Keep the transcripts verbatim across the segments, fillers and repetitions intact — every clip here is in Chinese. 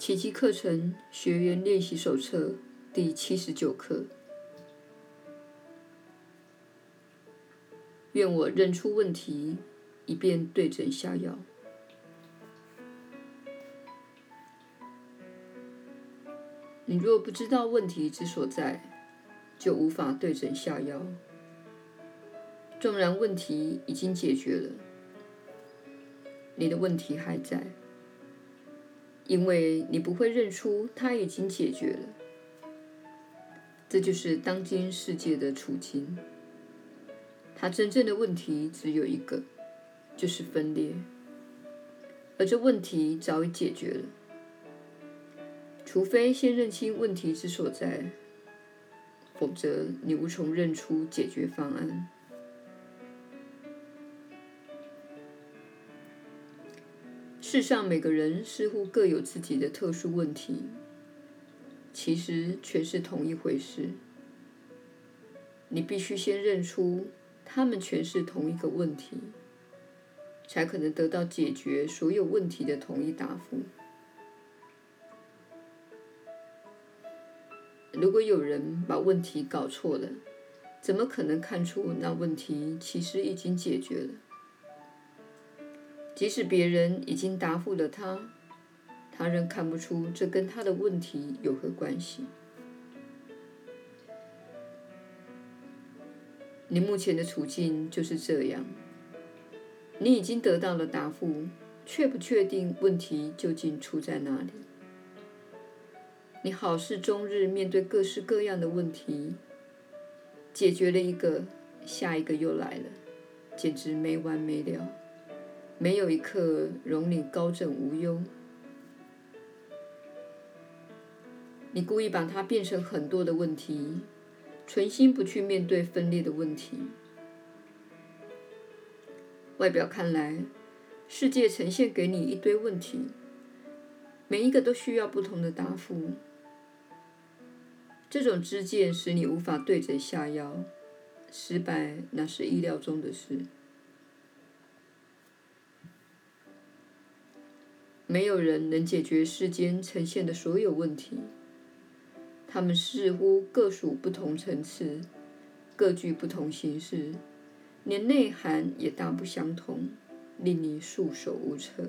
奇迹课程学员练习手册第七十九课。愿我认出问题，以便对症下药。你若不知道问题之所在，就无法对症下药。纵然问题已经解决了，你的问题还在，因为你不会认出它已经解决了。这就是当今世界的处境。它真正的问题只有一个，就是分裂，而这问题早已解决了。除非先认清问题之所在，否则你无从认出解决方案。世上每个人似乎各有自己的特殊问题，其实全是同一回事。你必须先认出他们全是同一个问题，才可能得到解决所有问题的统一答复。如果有人把问题搞错了，怎么可能看出那问题其实已经解决了？即使别人已经答复了他，他仍看不出这跟他的问题有何关系。你目前的处境就是这样，你已经得到了答复，却不确定问题究竟出在哪里。你好似终日面对各式各样的问题，解决了一个，下一个又来了，简直没完没了，没有一刻容你高枕无忧。你故意把它变成很多的问题，存心不去面对分裂的问题。外表看来，世界呈现给你一堆问题，每一个都需要不同的答复。这种知见使你无法对症下药，失败那是意料中的事。没有人能解决世间呈现的所有问题，它们似乎各属不同层次，各具不同形式，连内涵也大不相同，令你束手无策。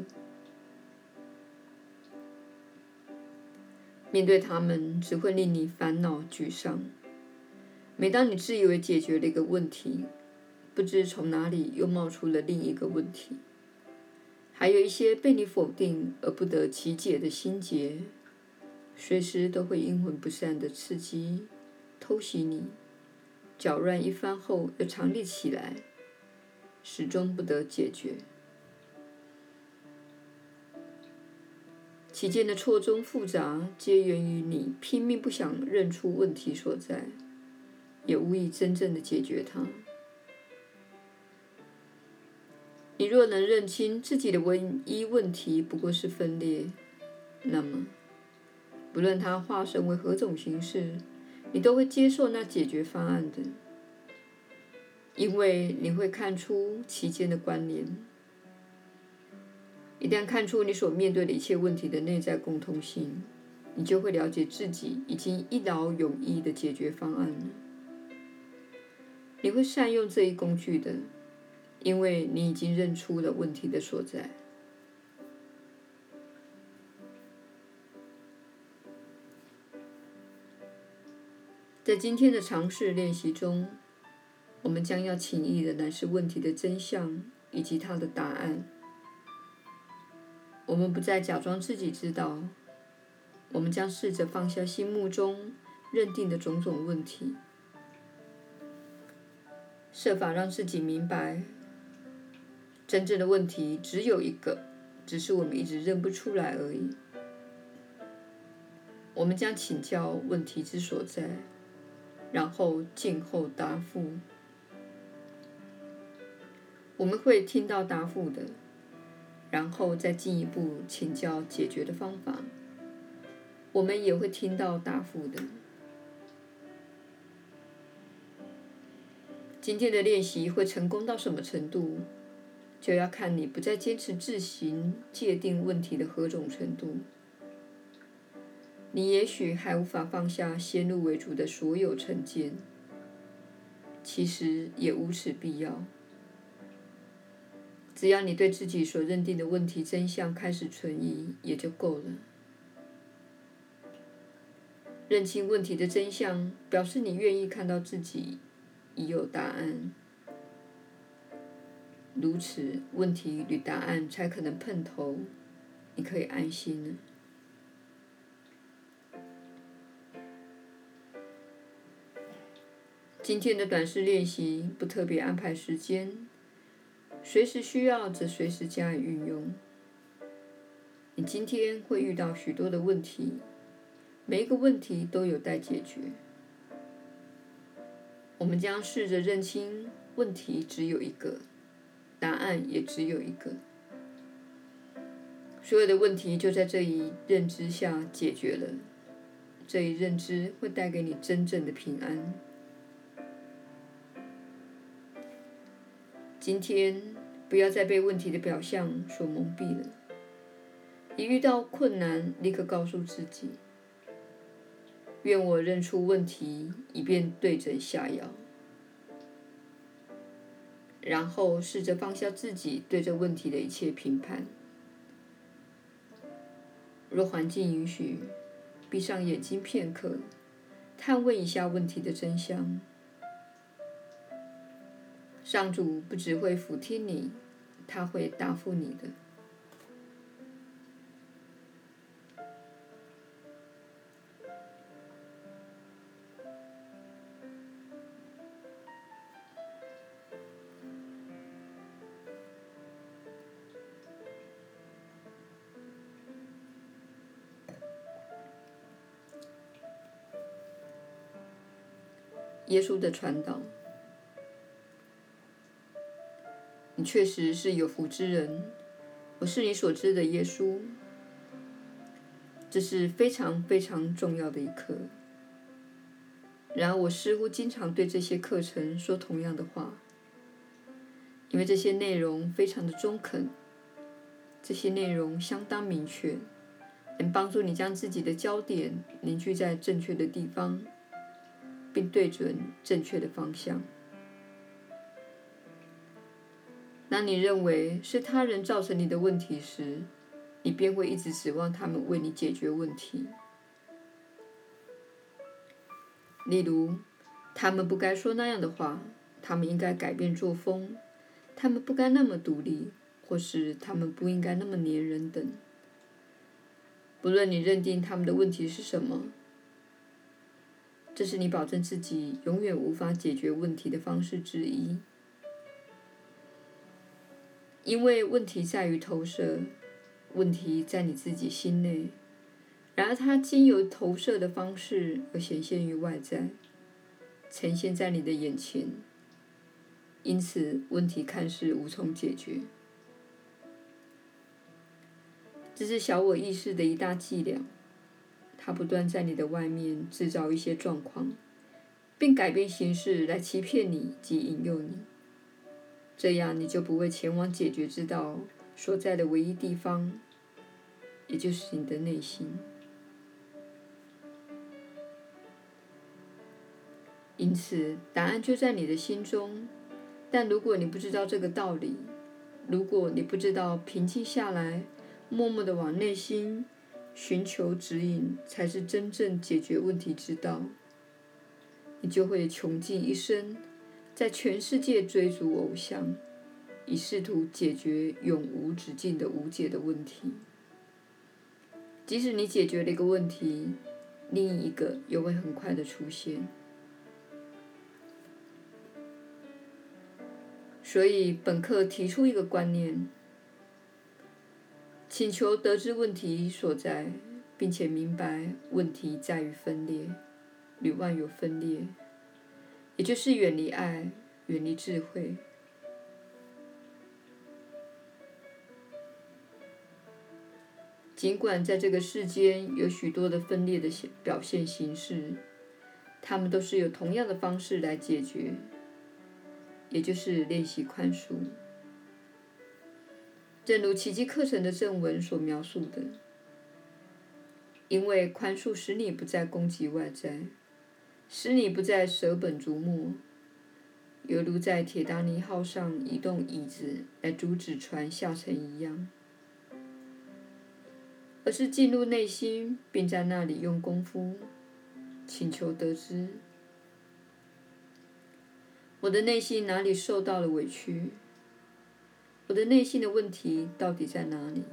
面对它们只会令你烦恼沮丧。每当你自以为解决了一个问题，不知从哪里又冒出了另一个问题，还有一些被你否定而不得其解的心结，随时都会阴魂不散的刺激、偷袭你，搅乱一番后又常立起来，始终不得解决。其间的错综复杂，皆源于你拼命不想认出问题所在，也无意真正的解决它。你若能认清自己的唯一问题不过是分裂，那么不论它化身为何种形式，你都会接受那解决方案的，因为你会看出其间的关联。一旦看出你所面对的一切问题的内在共通性，你就会了解自己已经一劳永逸的解决方案了。你会善用这一工具的，因为你已经认出了问题的所在。在今天的尝试练习中，我们将要请益的乃是问题的真相以及它的答案。我们不再假装自己知道，我们将试着放下心目中认定的种种问题，设法让自己明白，真正的问题只有一个，只是我们一直认不出来而已。我们将请教问题之所在，然后静候答复。我们会听到答复的，然后再进一步请教解决的方法。我们也会听到答复的。今天的练习会成功到什么程度，就要看你不再坚持自行界定问题的何种程度。 你也许还无法放下先入为主的所有成见，其实也无此必要。只要你对自己所认定的问题真相开始存疑，也就够了。认清问题的真相，表示你愿意看到自己已有答案，如此问题与答案才可能碰头，你可以安心了。今天的短式练习不特别安排时间，随时需要则随时加以运用。你今天会遇到许多的问题，每一个问题都有待解决。我们将试着认清问题只有一个，答案也只有一个。所有的问题就在这一认知下解决了，这一认知会带给你真正的平安。今天不要再被问题的表象所蒙蔽了。一遇到困难，立刻告诉自己：愿我认出问题，以便对症下药。然后试着放下自己对这问题的一切评判。若环境允许，闭上眼睛片刻，探问一下问题的真相。上主不只会俯听你，他会答复你的。耶稣的传导。你确实是有福之人，我是你所知的耶稣。这是非常非常重要的一课。然而我似乎经常对这些课程说同样的话，因为这些内容非常的中肯，这些内容相当明确，能帮助你将自己的焦点凝聚在正确的地方，并对准正确的方向。当你认为是他人造成你的问题时，你便会一直指望他们为你解决问题。例如，他们不该说那样的话，他们应该改变作风，他们不该那么独立，或是他们不应该那么黏人等。不论你认定他们的问题是什么，这是你保证自己永远无法解决问题的方式之一。因为问题在于投射，问题在你自己心内，然而它经由投射的方式而显现于外在，呈现在你的眼前，因此问题看似无从解决。这是小我意识的一大伎俩，它不断在你的外面制造一些状况，并改变形式来欺骗你及引诱你。这样你就不会前往解决之道所在的唯一地方，也就是你的内心。因此，答案就在你的心中。但如果你不知道这个道理，如果你不知道平静下来，默默地往内心寻求指引才是真正解决问题之道，你就会穷尽一生在全世界追逐偶像，以试图解决永无止境的无解的问题。即使你解决了一个问题，另一个又会很快的出现。所以本课提出一个观念，请求得知问题所在，并且明白问题在于分裂，与万有分裂，也就是远离爱，远离智慧。尽管在这个世间有许多的分裂的表现形式，它们都是有同样的方式来解决，也就是练习宽恕。正如奇迹课程的正文所描述的， 因为宽恕使你不再攻击外在，使你不再舍本逐末，犹如在铁达尼号上移动椅子来阻止船下沉一样，而是进入内心，并在那里用功夫请求得知，我的内心哪里受到了委屈？我的内心的问题到底在哪里？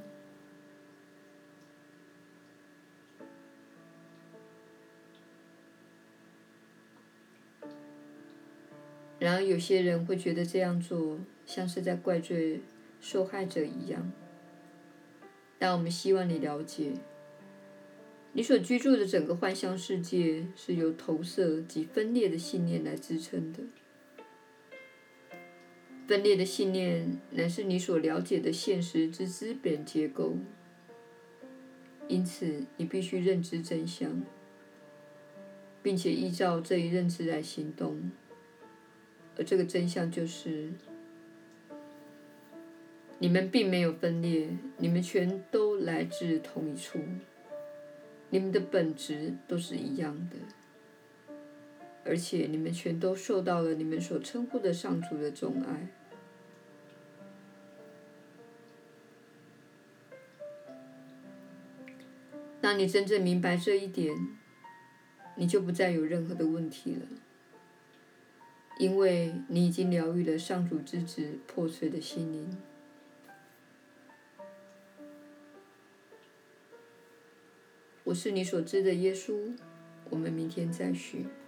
然而，有些人会觉得这样做像是在怪罪受害者一样。但我们希望你了解，你所居住的整个幻象世界是由投射及分裂的信念来支撑的。分裂的信念乃是你所了解的现实之资本结构，因此你必须认知真相，并且依照这一认知来行动。而这个真相就是，你们并没有分裂，你们全都来自同一处，你们的本质都是一样的，而且你们全都受到了你们所称呼的上主的钟爱。当你真正明白这一点，你就不再有任何的问题了，因为你已经疗愈了上主之子破碎的心灵。我是你所知的耶稣，我们明天再续。